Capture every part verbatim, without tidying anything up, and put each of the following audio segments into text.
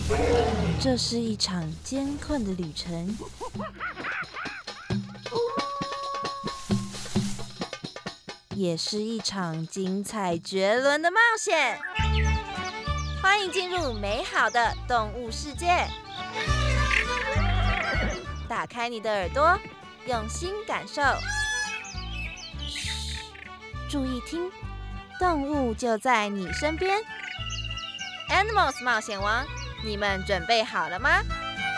这是一场艰困的旅程，也是一场精彩绝伦的冒险。欢迎进入美好的动物世界，打开你的耳朵，用心感受。嘘，注意听，动物就在你身边。Animals 冒险王，你们准备好了吗？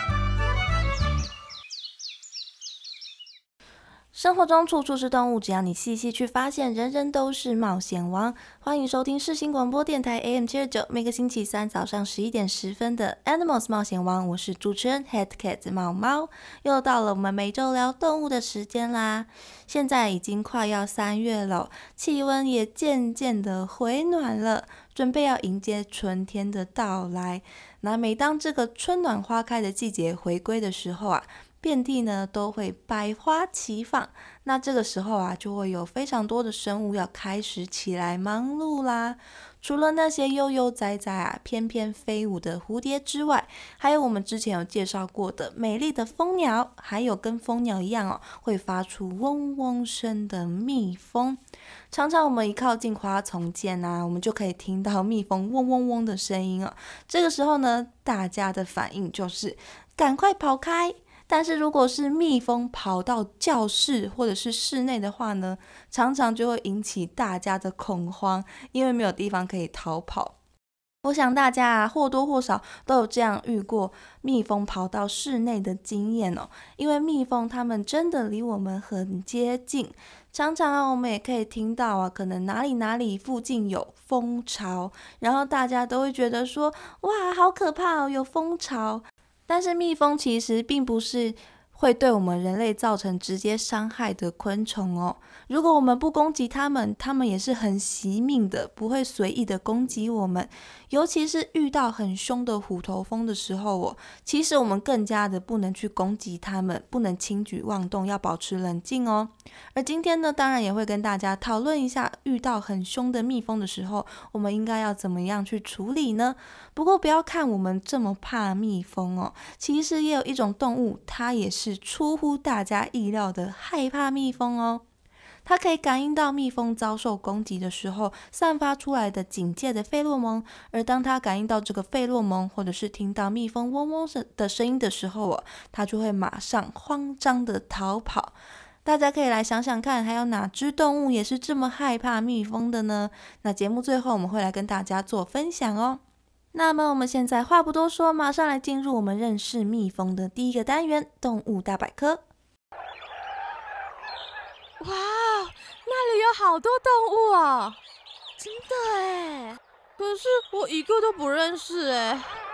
生活中处处是动物，只要你细细去发现，人人都是冒险王。欢迎收听世新广播电台 A M 七二九，每个星期三早上十一点十分的 Animals 冒险王，我是主持人 Head Cat 猫猫。又到了我们每周聊动物的时间啦。现在已经快要三月了，气温也渐渐的回暖了，准备要迎接春天的到来。那每当这个春暖花开的季节回归的时候啊，遍地呢都会百花齐放，那这个时候啊，就会有非常多的生物要开始起来忙碌啦。除了那些悠悠哉哉啊、翩翩飞舞的蝴蝶之外，还有我们之前有介绍过的美丽的蜂鸟，还有跟蜂鸟一样哦，会发出嗡嗡声的蜜蜂。常常我们一靠近花丛间啊，我们就可以听到蜜蜂嗡嗡嗡的声音哦。这个时候呢，大家的反应就是赶快跑开。但是如果是蜜蜂跑到教室或者是室内的话呢，常常就会引起大家的恐慌，因为没有地方可以逃跑。我想大家啊，或多或少都有这样遇过蜜蜂跑到室内的经验哦。因为蜜蜂它们真的离我们很接近，常常啊，我们也可以听到啊，可能哪里哪里附近有蜂巢，然后大家都会觉得说，哇，好可怕哦，有蜂巢。但是蜜蜂其实并不是会对我们人类造成直接伤害的昆虫哦。如果我们不攻击它们，它们也是很惜命的，不会随意的攻击我们。尤其是遇到很凶的虎头蜂的时候哦，其实我们更加的不能去攻击它们，不能轻举妄动，要保持冷静哦。而今天呢，当然也会跟大家讨论一下，遇到很凶的蜜蜂的时候，我们应该要怎么样去处理呢？不过不要看我们这么怕蜜蜂哦，其实也有一种动物，它也是出乎大家意料的害怕蜜蜂哦。它可以感应到蜜蜂遭受攻击的时候散发出来的警戒的费洛蒙，而当它感应到这个费洛蒙，或者是听到蜜蜂嗡嗡的声音的时候哦，它就会马上慌张的逃跑。大家可以来想想看，还有哪只动物也是这么害怕蜜蜂的呢？那节目最后我们会来跟大家做分享哦。那么我们现在话不多说，马上来进入我们认识蜜蜂的第一个单元——动物大百科。 哇，那里有好多动物哦，真的耶！可是我一个都不认识哎。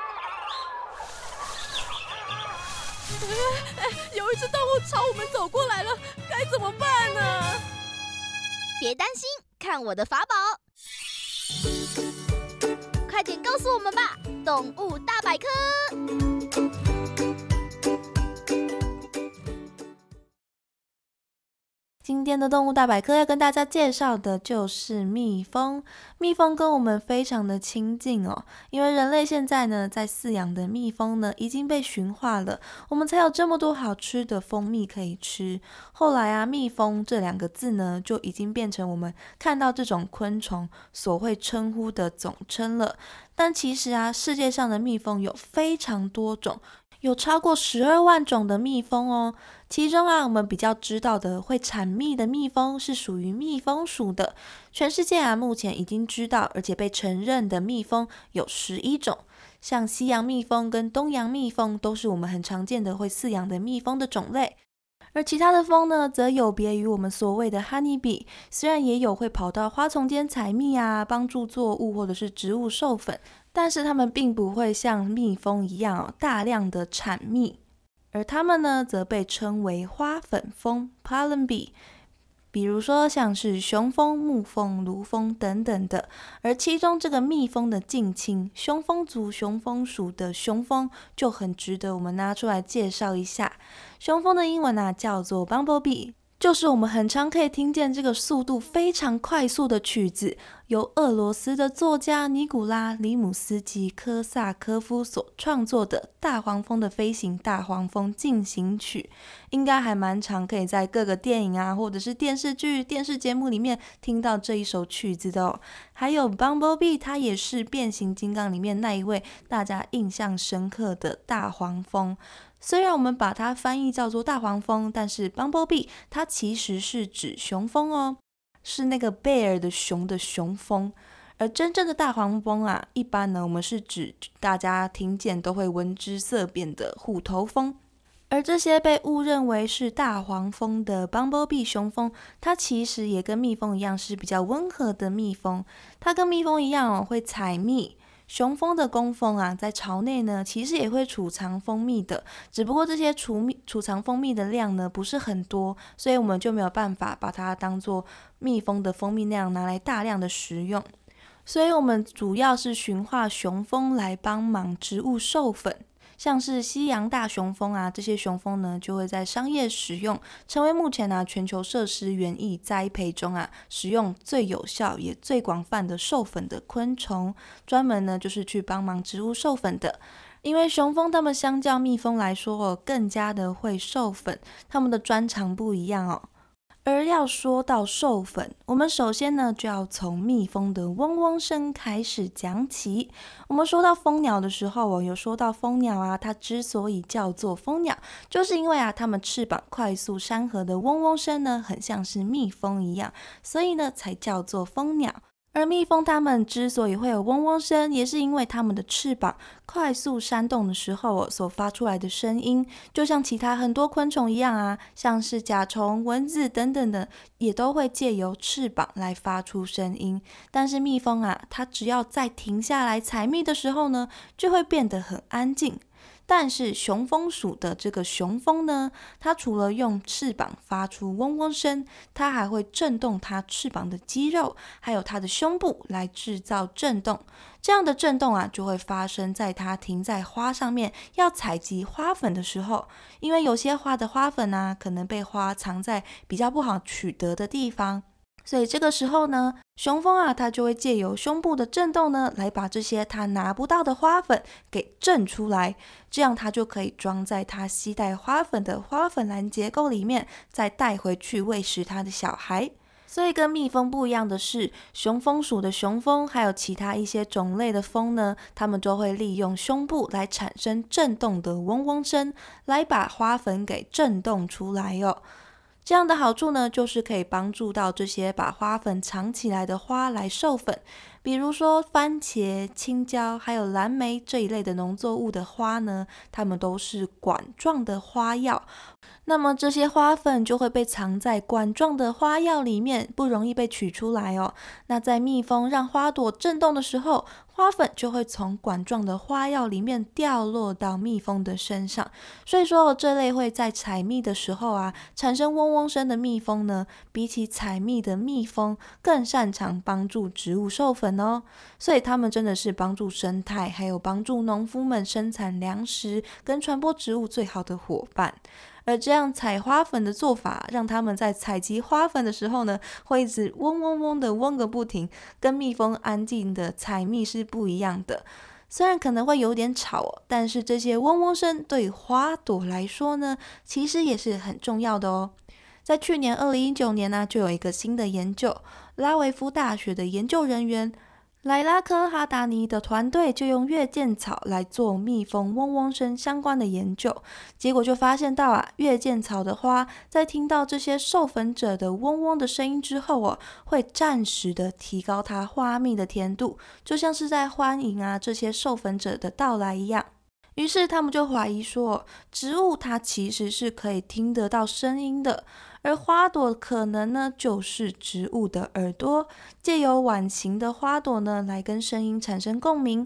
哎，有一只动物朝我们走过来了，该怎么办呢？ 别担心，看我的法宝！快点告诉我们吧，动物大百科！ 今天的动物大百科要跟大家介绍的就是蜜蜂。蜜蜂跟我们非常的亲近哦，因为人类现在呢在饲养的蜜蜂呢已经被驯化了，我们才有这么多好吃的蜂蜜可以吃。后来啊，蜜蜂这两个字呢就已经变成我们看到这种昆虫所会称呼的总称了。但其实啊，世界上的蜜蜂有非常多种，有超过十二万种的蜜蜂哦。其中啊，我们比较知道的会产蜜的蜜蜂是属于蜜蜂属的。全世界啊，目前已经知道而且被承认的蜜蜂有十一种。像西洋蜜蜂跟东洋蜜蜂都是我们很常见的会饲养的蜜蜂的种类。而其他的蜂呢，则有别于我们所谓的 honey bee， 虽然也有会跑到花丛间采蜜啊，帮助作物或者是植物授粉，但是它们并不会像蜜蜂一样、哦、大量的产蜜。而它们呢，则被称为花粉蜂 pollen bee， 比如说像是雄蜂、牧蜂、芦蜂等等的。而其中这个蜜蜂的近亲雄蜂族雄蜂属的雄蜂就很值得我们拿出来介绍一下。雄蜂的英文啊叫做 bumblebee， 就是我们很常可以听见这个速度非常快速的曲子，由俄罗斯的作家尼古拉·里姆斯基·科萨科夫所创作的《大黄蜂的飞行大黄蜂进行曲》，应该还蛮常可以在各个电影啊，或者是电视剧、电视节目里面听到这一首曲子的哦。还有 Bumblebee， 他也是变形金刚里面那一位大家印象深刻的大黄蜂。虽然我们把它翻译叫做大黄蜂，但是 Bumblebee 它其实是指雄蜂哦，是那个 bear 的熊的雄蜂。而真正的大黄蜂啊，一般呢我们是指大家听见都会闻之色变的虎头蜂。而这些被误认为是大黄蜂的 Bumblebee 雄蜂，它其实也跟蜜蜂一样是比较温和的蜜蜂。它跟蜜蜂一样哦，会采蜜。雄蜂的工蜂啊，在巢内呢，其实也会储藏蜂蜜的，只不过这些储蜜储藏蜂蜜的量呢不是很多，所以我们就没有办法把它当做蜜蜂的蜂蜜那样拿来大量的食用。所以我们主要是驯化雄蜂来帮忙植物授粉。像是西洋大雄蜂啊，这些雄蜂呢就会在商业使用，成为目前啊全球设施园艺栽培中啊使用最有效也最广泛的授粉的昆虫，专门呢就是去帮忙植物授粉的。因为雄蜂它们相较蜜蜂来说哦，更加的会授粉，它们的专长不一样哦。而要说到授粉，我们首先呢就要从蜜蜂的嗡嗡声开始讲起。我们说到蜂鸟的时候，有说到蜂鸟啊，它之所以叫做蜂鸟，就是因为啊，它们翅膀快速扇合的嗡嗡声呢，很像是蜜蜂一样，所以呢才叫做蜂鸟。而蜜蜂它们之所以会有嗡嗡声，也是因为它们的翅膀快速扇动的时候所发出来的声音，就像其他很多昆虫一样啊，像是甲虫、蚊子等等的，也都会借由翅膀来发出声音。但是蜜蜂啊，它只要再停下来采蜜的时候呢，就会变得很安静。但是雄蜂属的这个雄蜂呢，它除了用翅膀发出嗡嗡声，它还会震动它翅膀的肌肉，还有它的胸部来制造震动。这样的震动啊，就会发生在它停在花上面要采集花粉的时候，因为有些花的花粉啊，可能被花藏在比较不好取得的地方。所以这个时候呢，雄蜂啊，它就会借由胸部的震动呢，来把这些它拿不到的花粉给震出来，这样它就可以装在它携带花粉的花粉篮结构里面，再带回去喂食它的小孩。所以跟蜜蜂不一样的是，雄蜂属的雄蜂还有其他一些种类的蜂呢，它们都会利用胸部来产生震动的嗡嗡声，来把花粉给震动出来哦。这样的好处呢，就是可以帮助到这些把花粉藏起来的花来授粉，比如说番茄、青椒还有蓝莓这一类的农作物的花呢，它们都是管状的花药。那么这些花粉就会被藏在管状的花药里面，不容易被取出来哦。那在蜜蜂让花朵震动的时候，花粉就会从管状的花药里面掉落到蜜蜂的身上。所以说这类会在采蜜的时候啊产生嗡嗡声的蜜蜂呢，比起采蜜的蜜蜂更擅长帮助植物授粉哦。所以它们真的是帮助生态还有帮助农夫们生产粮食跟传播植物最好的伙伴。而这样采花粉的做法，让他们在采集花粉的时候呢，会一直嗡嗡嗡的嗡个不停，跟蜜蜂安静的采蜜是不一样的。虽然可能会有点吵，但是这些嗡嗡声对花朵来说呢，其实也是很重要的哦。在去年二零一九年呢、啊，就有一个新的研究，拉维夫大学的研究人员莱拉科哈达尼的团队就用月见草来做蜜蜂嗡嗡声相关的研究，结果就发现到啊，月见草的花在听到这些授粉者的嗡嗡的声音之后哦，会暂时的提高它花蜜的甜度，就像是在欢迎啊这些授粉者的到来一样。于是他们就怀疑说，植物它其实是可以听得到声音的，而花朵可能呢就是植物的耳朵，借由碗形的花朵呢来跟声音产生共鸣。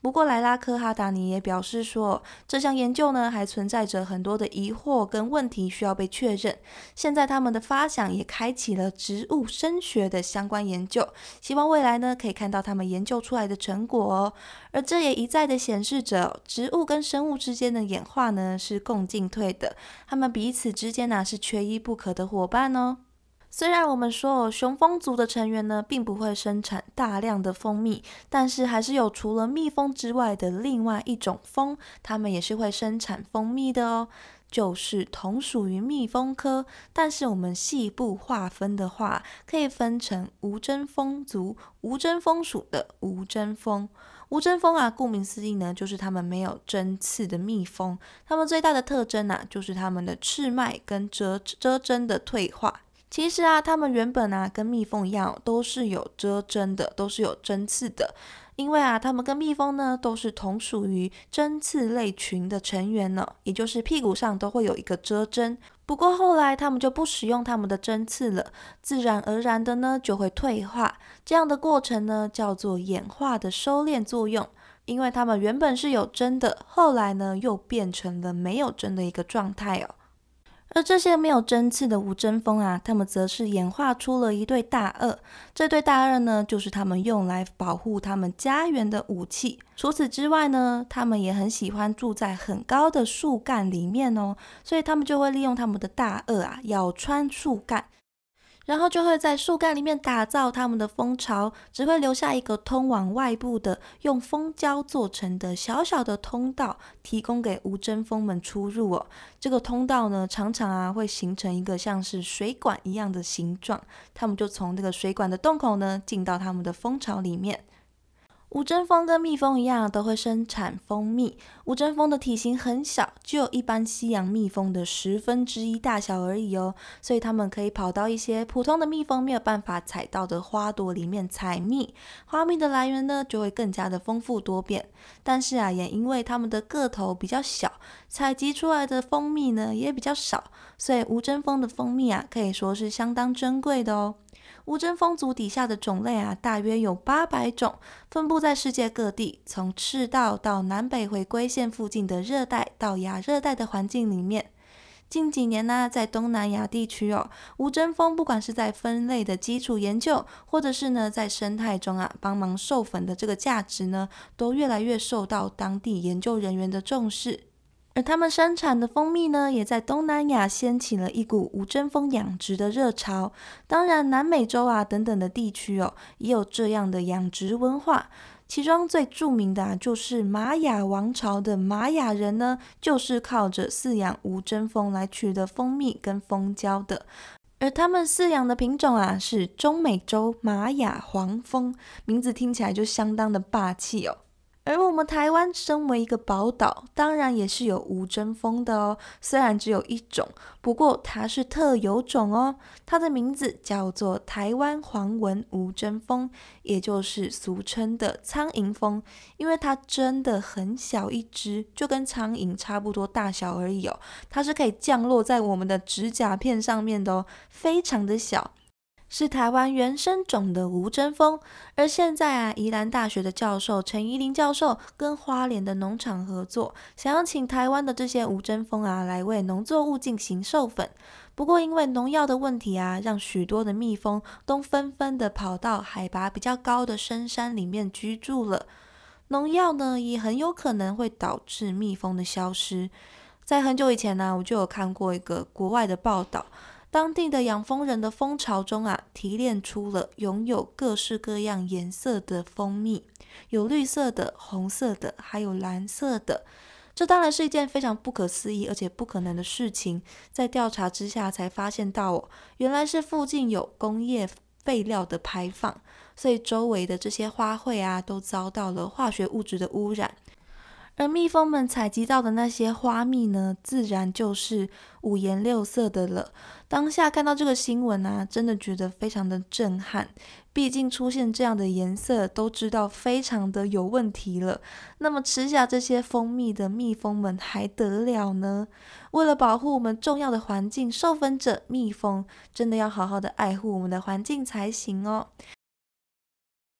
不过莱拉科哈达尼也表示说，这项研究呢还存在着很多的疑惑跟问题需要被确认。现在他们的发想也开启了植物生学的相关研究，希望未来呢可以看到他们研究出来的成果哦。而这也一再的显示着，植物跟生物之间的演化呢是共进退的，他们彼此之间呢、啊、是缺一不可的伙伴哦。虽然我们说雄蜂族的成员呢并不会生产大量的蜂蜜，但是还是有除了蜜蜂之外的另外一种蜂，它们也是会生产蜂蜜的哦，就是同属于蜜蜂科，但是我们细部划分的话，可以分成无针蜂族、无针蜂属的无针蜂。无针蜂啊，顾名思义呢，就是它们没有针刺的蜜蜂，它们最大的特征啊，就是它们的翅脉跟蛰蛰针的退化。其实啊，它们原本啊跟蜜蜂一样，都是有蛰针的，都是有针刺的。因为啊，它们跟蜜蜂呢都是同属于针刺类群的成员呢，也就是屁股上都会有一个蛰针。不过后来它们就不使用它们的针刺了，自然而然的呢就会退化。这样的过程呢叫做演化的收敛作用。因为它们原本是有针的，后来呢又变成了没有针的一个状态哦。而这些没有针刺的无针蜂啊，它们则是演化出了一对大颚。这对大颚呢，就是它们用来保护它们家园的武器。除此之外呢，它们也很喜欢住在很高的树干里面哦，所以它们就会利用它们的大颚啊，咬穿树干。然后就会在树干里面打造他们的蜂巢，只会留下一个通往外部的用蜂胶做成的小小的通道，提供给无针蜂们出入哦。这个通道呢，常常啊会形成一个像是水管一样的形状，他们就从这个水管的洞口呢进到他们的蜂巢里面。无针蜂跟蜜蜂一样，都会生产蜂蜜。无针蜂的体型很小，只有一般西洋蜜蜂的十分之一大小而已哦，所以它们可以跑到一些普通的蜜蜂没有办法采到的花朵里面采蜜。花蜜的来源呢，就会更加的丰富多变。但是啊，也因为它们的个头比较小，采集出来的蜂蜜呢也比较少，所以无针蜂的蜂蜜啊，可以说是相当珍贵的哦。无针蜂族底下的种类啊，大约有八百种，分布在世界各地，从赤道到南北回归线附近的热带到亚热带的环境里面。近几年呢、啊，在东南亚地区哦，无针蜂不管是在分类的基础研究，或者是呢在生态中啊帮忙授粉的这个价值呢，都越来越受到当地研究人员的重视。而他们生产的蜂蜜呢，也在东南亚掀起了一股无针蜂养殖的热潮。当然，南美洲啊等等的地区哦，也有这样的养殖文化。其中最著名的啊，就是玛雅王朝的玛雅人呢，就是靠着饲养无针蜂来取得蜂蜜跟蜂胶的。而他们饲养的品种啊，是中美洲玛雅黄蜂，名字听起来就相当的霸气哦。而我们台湾身为一个宝岛，当然也是有无针蜂的哦。虽然只有一种，不过它是特有种哦。它的名字叫做台湾黄纹无针蜂，也就是俗称的苍蝇蜂。因为它真的很小一只，就跟苍蝇差不多大小而已哦。它是可以降落在我们的指甲片上面的哦，非常的小。是台湾原生种的无针蜂。而现在啊，宜兰大学的教授陈怡玲教授跟花莲的农场合作，想要请台湾的这些无针蜂啊来为农作物进行授粉。不过因为农药的问题啊，让许多的蜜蜂都纷纷的跑到海拔比较高的深山里面居住了。农药呢，也很有可能会导致蜜蜂的消失。在很久以前呢、啊，我就有看过一个国外的报道，当地的养蜂人的蜂巢中啊，提炼出了拥有各式各样颜色的蜂蜜，有绿色的、红色的，还有蓝色的。这当然是一件非常不可思议而且不可能的事情。在调查之下才发现到哦，原来是附近有工业废料的排放，所以周围的这些花卉啊，都遭到了化学物质的污染。而蜜蜂们采集到的那些花蜜呢，自然就是五颜六色的了。当下看到这个新闻啊，真的觉得非常的震撼。毕竟出现这样的颜色，都知道非常的有问题了。那么吃下这些蜂蜜的蜜蜂们还得了呢？为了保护我们重要的环境，授粉者蜜蜂真的要好好的爱护我们的环境才行哦。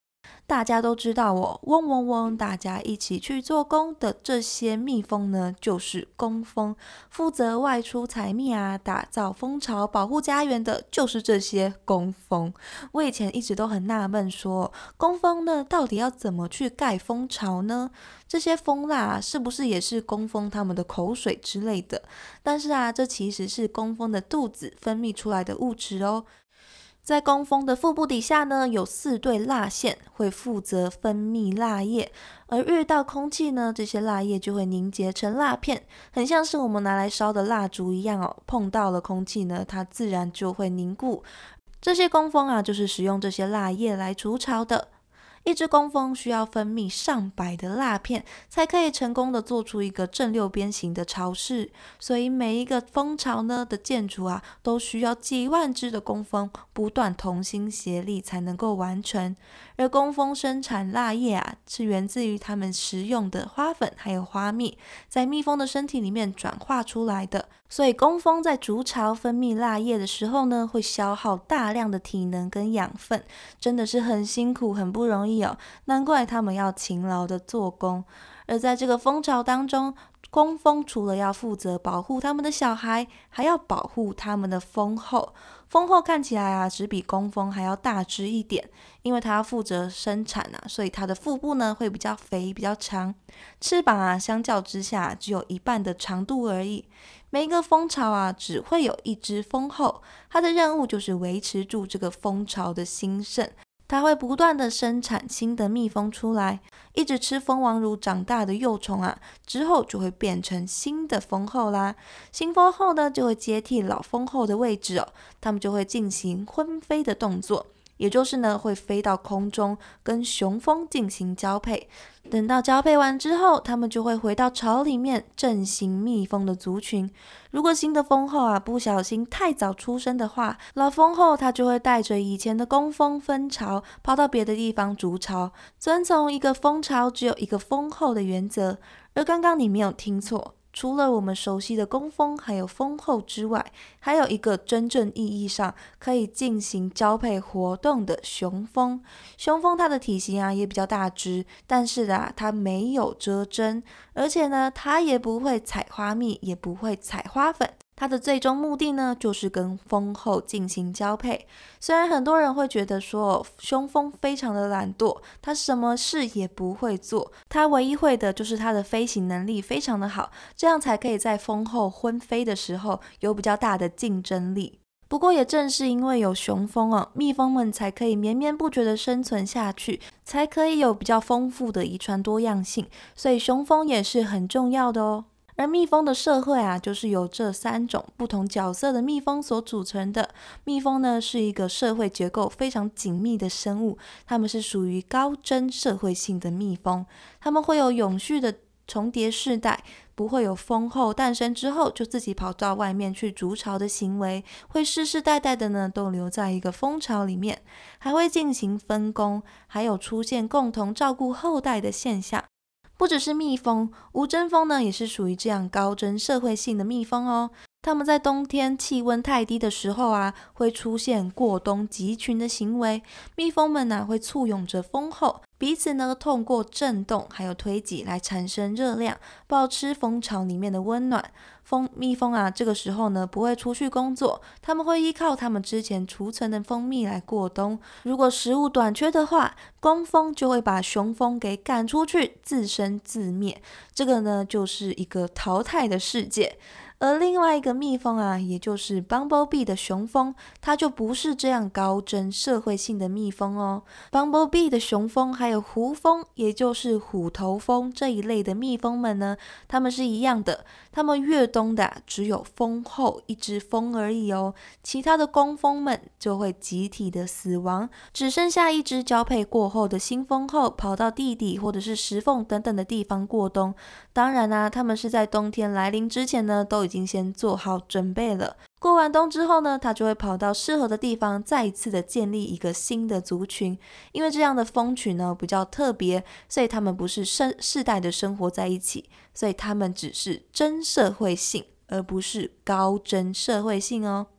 大家都知道哦，嗡嗡嗡，大家一起去做工的这些蜜蜂呢，就是工蜂，负责外出采蜜啊，打造蜂巢，保护家园的就是这些工蜂。我以前一直都很纳闷说，工蜂呢到底要怎么去盖蜂巢呢？这些蜂蜡啊，是不是也是工蜂它们的口水之类的？但是啊，这其实是工蜂的肚子分泌出来的物质哦。在工蜂的腹部底下呢，有四对蜡腺会负责分泌蜡液，而遇到空气呢，这些蜡液就会凝结成蜡片，很像是我们拿来烧的蜡烛一样哦。碰到了空气呢，它自然就会凝固。这些工蜂啊，就是使用这些蜡液来筑巢的。一只工蜂需要分泌上百的蜡片，才可以成功的做出一个正六边形的巢室。所以每一个蜂巢呢的建筑啊，都需要几万只的工蜂不断同心协力才能够完成。而工蜂生产蜡液啊，是源自于它们食用的花粉还有花蜜，在蜜蜂的身体里面转化出来的。所以工蜂在筑巢分泌蜡液的时候呢，会消耗大量的体能跟养分，真的是很辛苦很不容易哦，难怪他们要勤劳的做工。而在这个蜂巢当中，工蜂除了要负责保护他们的小孩，还要保护他们的蜂后。蜂后看起来啊，只比工蜂还要大只一点，因为它要负责生产啊，所以它的腹部呢会比较肥比较长，翅膀啊相较之下只有一半的长度而已。每一个蜂巢啊只会有一只蜂后，它的任务就是维持住这个蜂巢的兴盛。它会不断的生产新的蜜蜂出来，一直吃蜂王乳长大的幼虫啊，之后就会变成新的蜂后啦。新蜂后呢，就会接替老蜂后的位置哦，它们就会进行婚飞的动作，也就是呢，会飞到空中跟雄蜂进行交配。等到交配完之后，它们就会回到巢里面振兴蜜蜂的族群。如果新的蜂后啊不小心太早出生的话，老蜂后它就会带着以前的工蜂分巢，跑到别的地方筑巢，遵从一个蜂巢只有一个蜂后的原则。而刚刚你没有听错，除了我们熟悉的工蜂还有蜂后之外，还有一个真正意义上可以进行交配活动的雄蜂。雄蜂它的体型啊也比较大只，但是啊它没有蛰针，而且呢它也不会采花蜜，也不会采花粉。它的最终目的呢，就是跟蜂后进行交配。虽然很多人会觉得说，雄蜂非常的懒惰，它什么事也不会做，它唯一会的就是它的飞行能力非常的好，这样才可以在蜂后婚飞的时候有比较大的竞争力。不过也正是因为有雄蜂哦，蜜蜂们才可以绵绵不绝的生存下去，才可以有比较丰富的遗传多样性，所以雄蜂也是很重要的哦。而蜜蜂的社会啊，就是由这三种不同角色的蜜蜂所组成的。蜜蜂呢，是一个社会结构非常紧密的生物，它们是属于高真社会性的蜜蜂，它们会有永续的重叠世代，不会有蜂后诞生之后就自己跑到外面去筑巢的行为，会世世代代的呢都留在一个蜂巢里面，还会进行分工，还有出现共同照顾后代的现象。不只是蜜蜂，无针蜂呢也是属于这样高真社会性的蜜蜂哦。它们在冬天气温太低的时候啊，会出现过冬集群的行为。蜜蜂们呢、啊、会簇拥着蜂后，彼此呢通过震动还有推挤来产生热量，保持蜂巢里面的温暖。蜂蜜蜂啊，这个时候呢不会出去工作，他们会依靠他们之前储存的蜂蜜来过冬。如果食物短缺的话，工蜂就会把雄蜂给赶出去，自生自灭。这个呢就是一个淘汰的世界。而另外一个蜜蜂啊，也就是 Bumblebee 的雄蜂，它就不是这样高真社会性的蜜蜂哦。Bumblebee 的雄蜂还有胡蜂，也就是虎头蜂这一类的蜜蜂们呢，它们是一样的，它们越冬的、啊、只有蜂后一只蜂而已哦，其他的工蜂们就会集体的死亡，只剩下一只交配过后的新蜂后跑到地底或者是石缝等等的地方过冬。当然啊，它们是在冬天来临之前呢，都已经先做好准备了。过完冬之后呢，它就会跑到适合的地方，再一次的建立一个新的族群。因为这样的蜂群呢比较特别，所以它们不是世世代的生活在一起，所以它们只是真社会性，而不是高真社会性哦。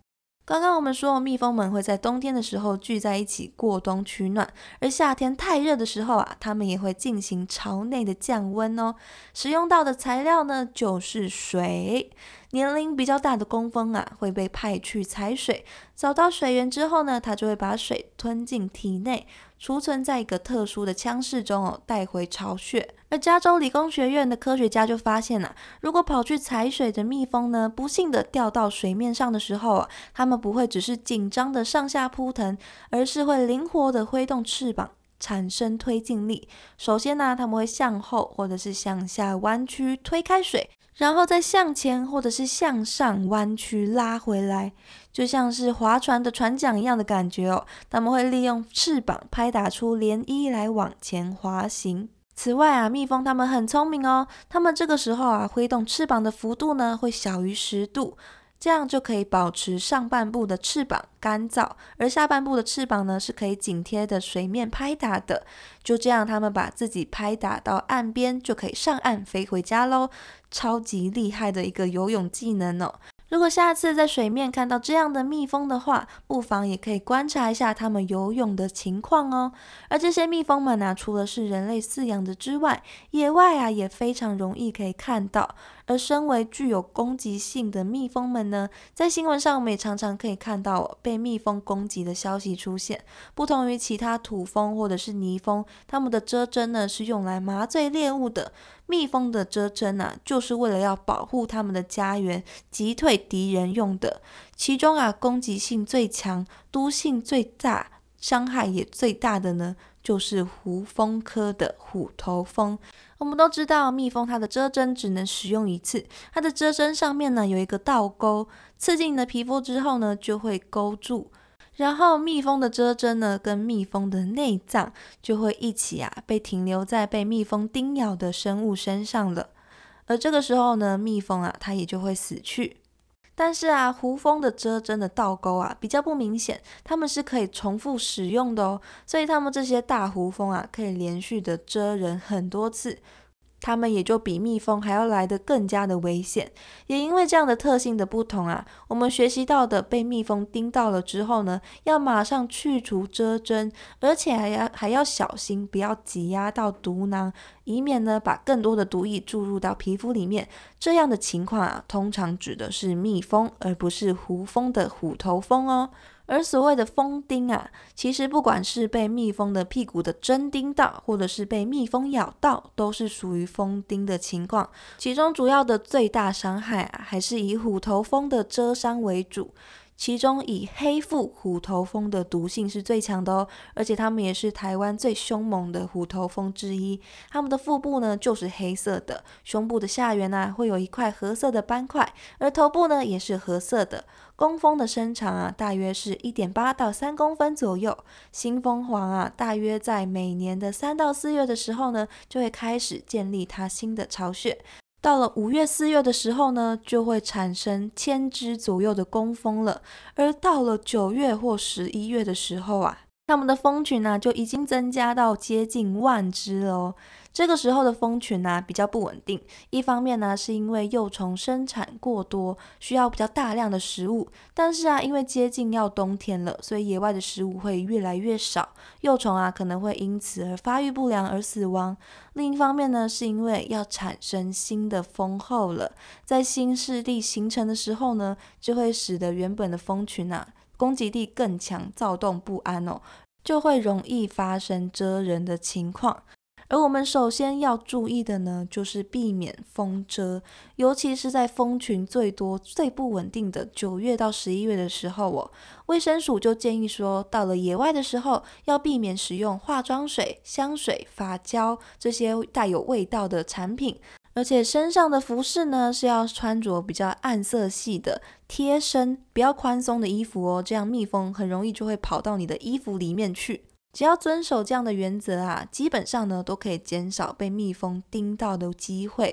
刚刚我们说蜜蜂们会在冬天的时候聚在一起过冬取暖，而夏天太热的时候啊，它们也会进行巢内的降温哦。使用到的材料呢，就是水。年龄比较大的工蜂啊，会被派去采水，找到水源之后呢，它就会把水吞进体内，储存在一个特殊的腔室中哦，带回巢穴。而加州理工学院的科学家就发现啊，如果跑去采水的蜜蜂呢，不幸的掉到水面上的时候啊，它们不会只是紧张的上下扑腾，而是会灵活的挥动翅膀，产生推进力。首先呢、啊，它们会向后或者是向下弯曲推开水，然后再向前或者是向上弯曲拉回来，就像是划船的船桨一样的感觉哦。它们会利用翅膀拍打出涟漪来往前滑行。此外啊，蜜蜂它们很聪明哦，它们这个时候啊，挥动翅膀的幅度呢会小于十度，这样就可以保持上半部的翅膀干燥，而下半部的翅膀呢是可以紧贴的水面拍打的。就这样，它们把自己拍打到岸边，就可以上岸飞回家咯。超级厉害的一个游泳技能哦。如果下次在水面看到这样的蜜蜂的话，不妨也可以观察一下它们游泳的情况哦。而这些蜜蜂们啊，除了是人类饲养的之外，野外啊也非常容易可以看到。而身为具有攻击性的蜜蜂们呢，在新闻上我们也常常可以看到、哦、被蜜蜂攻击的消息出现。不同于其他土蜂或者是泥蜂，它们的蛰针呢是用来麻醉猎物的，蜜蜂的蛰针啊，就是为了要保护它们的家园，击退敌人用的。其中啊，攻击性最强、毒性最大、伤害也最大的呢，就是胡蜂科的虎头蜂。我们都知道，蜜蜂它的蛰针只能使用一次，它的蛰针上面呢有一个倒钩，刺进你的皮肤之后呢，就会勾住。然后蜜蜂的蛰针呢，跟蜜蜂的内脏就会一起啊，被停留在被蜜蜂叮咬的生物身上了。而这个时候呢，蜜蜂啊，它也就会死去。但是啊，胡蜂的蛰针的倒钩啊比较不明显，它们是可以重复使用的哦，所以它们这些大胡蜂啊，可以连续的蛰人很多次。它们也就比蜜蜂还要来得更加的危险。也因为这样的特性的不同啊，我们学习到的被蜜蜂叮到了之后呢，要马上去除蛰针，而且还要还要小心不要挤压到毒囊，以免呢把更多的毒液注入到皮肤里面。这样的情况啊，通常指的是蜜蜂，而不是胡蜂的虎头蜂哦。而所谓的蜂叮啊，其实不管是被蜜蜂的屁股的针叮到，或者是被蜜蜂咬到，都是属于蜂叮的情况。其中主要的最大伤害啊，还是以虎头蜂的蛰伤为主。其中以黑腹虎头蜂的毒性是最强的哦，而且它们也是台湾最凶猛的虎头蜂之一。它们的腹部呢就是黑色的，胸部的下缘啊会有一块褐色的斑块，而头部呢也是褐色的。工蜂的身长啊大约是 一点八到三公分左右。新蜂皇啊大约在每年的三到四月的时候呢，就会开始建立它新的巢穴。到了五月四月的时候呢，就会产生千只左右的工蜂了。而到了九月或十一月的时候啊，它们的蜂群啊就已经增加到接近万只了哦。这个时候的蜂群啊比较不稳定，一方面呢是因为幼虫生产过多，需要比较大量的食物，但是啊因为接近要冬天了，所以野外的食物会越来越少，幼虫啊可能会因此而发育不良而死亡。另一方面呢是因为要产生新的蜂后了，在新势力形成的时候呢，就会使得原本的蜂群啊攻击力更强，躁动不安哦，就会容易发生蛰人的情况。而我们首先要注意的呢，就是避免蜂蛰，尤其是在蜂群最多、最不稳定的九月到十一月的时候哦。卫生署就建议说，到了野外的时候，要避免使用化妆水、香水、发胶这些带有味道的产品。而且身上的服饰呢，是要穿着比较暗色系的、贴身、比较宽松的衣服哦，这样蜜蜂很容易就会跑到你的衣服里面去。只要遵守这样的原则啊，基本上呢都可以减少被蜜蜂叮到的机会。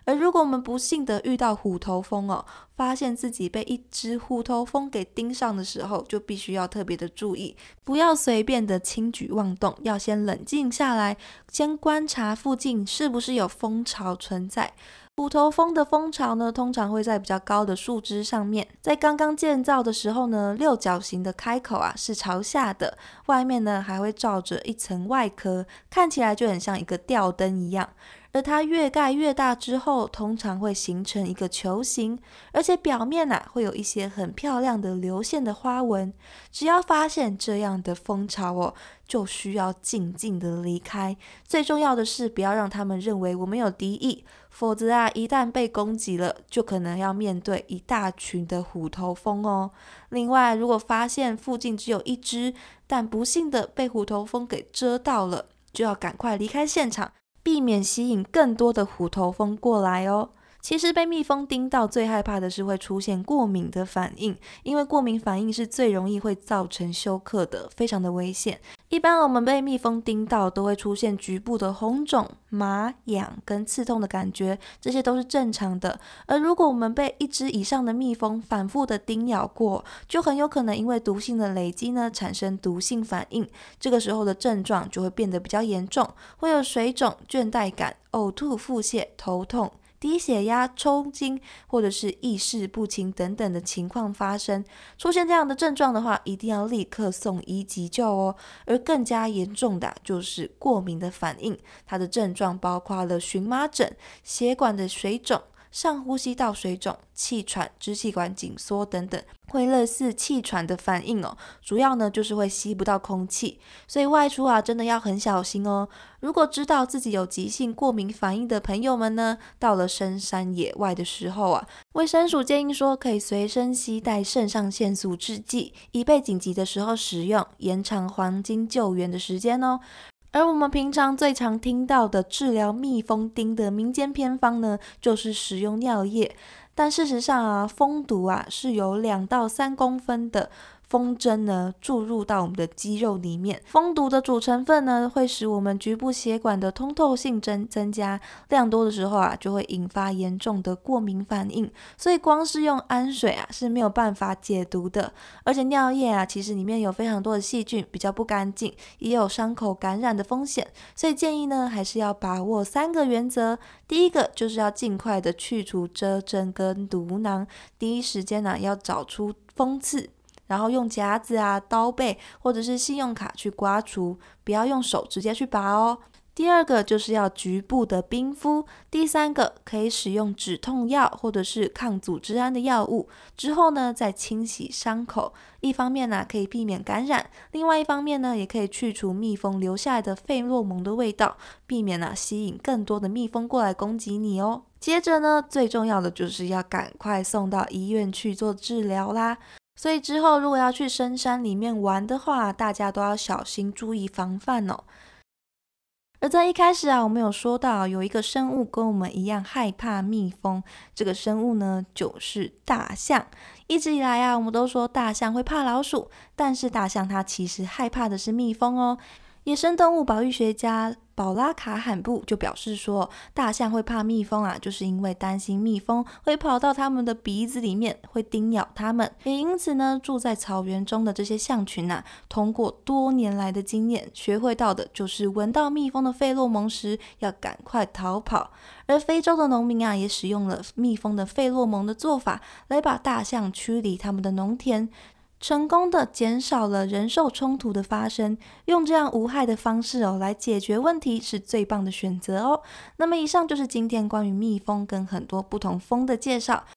而如果我们不幸的遇到虎头蜂哦，发现自己被一只虎头蜂给盯上的时候，就必须要特别的注意，不要随便的轻举妄动，要先冷静下来，先观察附近是不是有蜂巢存在。虎头蜂的蜂巢呢，通常会在比较高的树枝上面，在刚刚建造的时候呢，六角形的开口啊是朝下的，外面呢还会罩着一层外壳，看起来就很像一个吊灯一样。而它越盖越大之后，通常会形成一个球形，而且表面啊会有一些很漂亮的流线的花纹。只要发现这样的蜂巢哦，就需要静静的离开。最重要的是，不要让他们认为我们有敌意，否则啊，一旦被攻击了，就可能要面对一大群的虎头蜂哦。另外，如果发现附近只有一只，但不幸的被虎头蜂给蛰到了，就要赶快离开现场，避免吸引更多的虎头蜂过来哦。其实被蜜蜂叮到最害怕的是会出现过敏的反应，因为过敏反应是最容易会造成休克的，非常的危险。一般我们被蜜蜂叮到都会出现局部的红肿、麻、痒跟刺痛的感觉，这些都是正常的。而如果我们被一只以上的蜜蜂反复的叮咬过，就很有可能因为毒性的累积呢，产生毒性反应。这个时候的症状就会变得比较严重，会有水肿、倦怠感、呕吐、腹泻、头痛、低血压、抽筋或者是意识不清等等的情况发生。出现这样的症状的话，一定要立刻送医急救哦。而更加严重的就是过敏的反应，它的症状包括了荨麻疹、血管的水肿、上呼吸道水肿、气喘、支气管紧缩等等，会类似气喘的反应哦。主要呢就是会吸不到空气，所以外出啊真的要很小心哦。如果知道自己有急性过敏反应的朋友们呢，到了深山野外的时候啊，卫生署建议说可以随身携带肾上腺素制剂，以备紧急的时候使用，延长黄金救援的时间哦。而我们平常最常听到的治疗蜜蜂叮的民间偏方呢，就是使用尿液。但事实上啊，蜂毒啊是有两到三公分的蜂针呢注入到我们的肌肉里面。蜂毒的主成分呢，会使我们局部血管的通透性增增加，量多的时候啊，就会引发严重的过敏反应。所以光是用氨水啊是没有办法解毒的。而且尿液啊，其实里面有非常多的细菌，比较不干净，也有伤口感染的风险。所以建议呢，还是要把握三个原则。第一个就是要尽快的去除蛰针跟毒囊，第一时间啊要找出蜂刺，然后用夹子啊、刀背或者是信用卡去刮除，不要用手直接去拔哦。第二个就是要局部的冰敷，第三个可以使用止痛药或者是抗组织胺的药物，之后呢再清洗伤口。一方面呢、啊、可以避免感染，另外一方面呢也可以去除蜜蜂留下来的费洛蒙的味道，避免啊吸引更多的蜜蜂过来攻击你哦。接着呢，最重要的就是要赶快送到医院去做治疗啦。所以之后如果要去深山里面玩的话，大家都要小心注意防范哦。而在一开始啊，我们有说到有一个生物跟我们一样害怕蜜蜂，这个生物呢就是大象。一直以来啊，我们都说大象会怕老鼠，但是大象它其实害怕的是蜜蜂哦。野生动物保育学家宝拉卡罕布就表示说，大象会怕蜜蜂啊，就是因为担心蜜蜂会跑到它们的鼻子里面，会叮咬它们。也因此呢，住在草原中的这些象群啊，通过多年来的经验，学会到的就是闻到蜜蜂的费洛蒙时，要赶快逃跑。而非洲的农民啊，也使用了蜜蜂的费洛蒙的做法，来把大象驱离他们的农田。成功的减少了人兽冲突的发生，用这样无害的方式哦来解决问题是最棒的选择哦。那么以上就是今天关于蜜蜂跟很多不同蜂的介绍，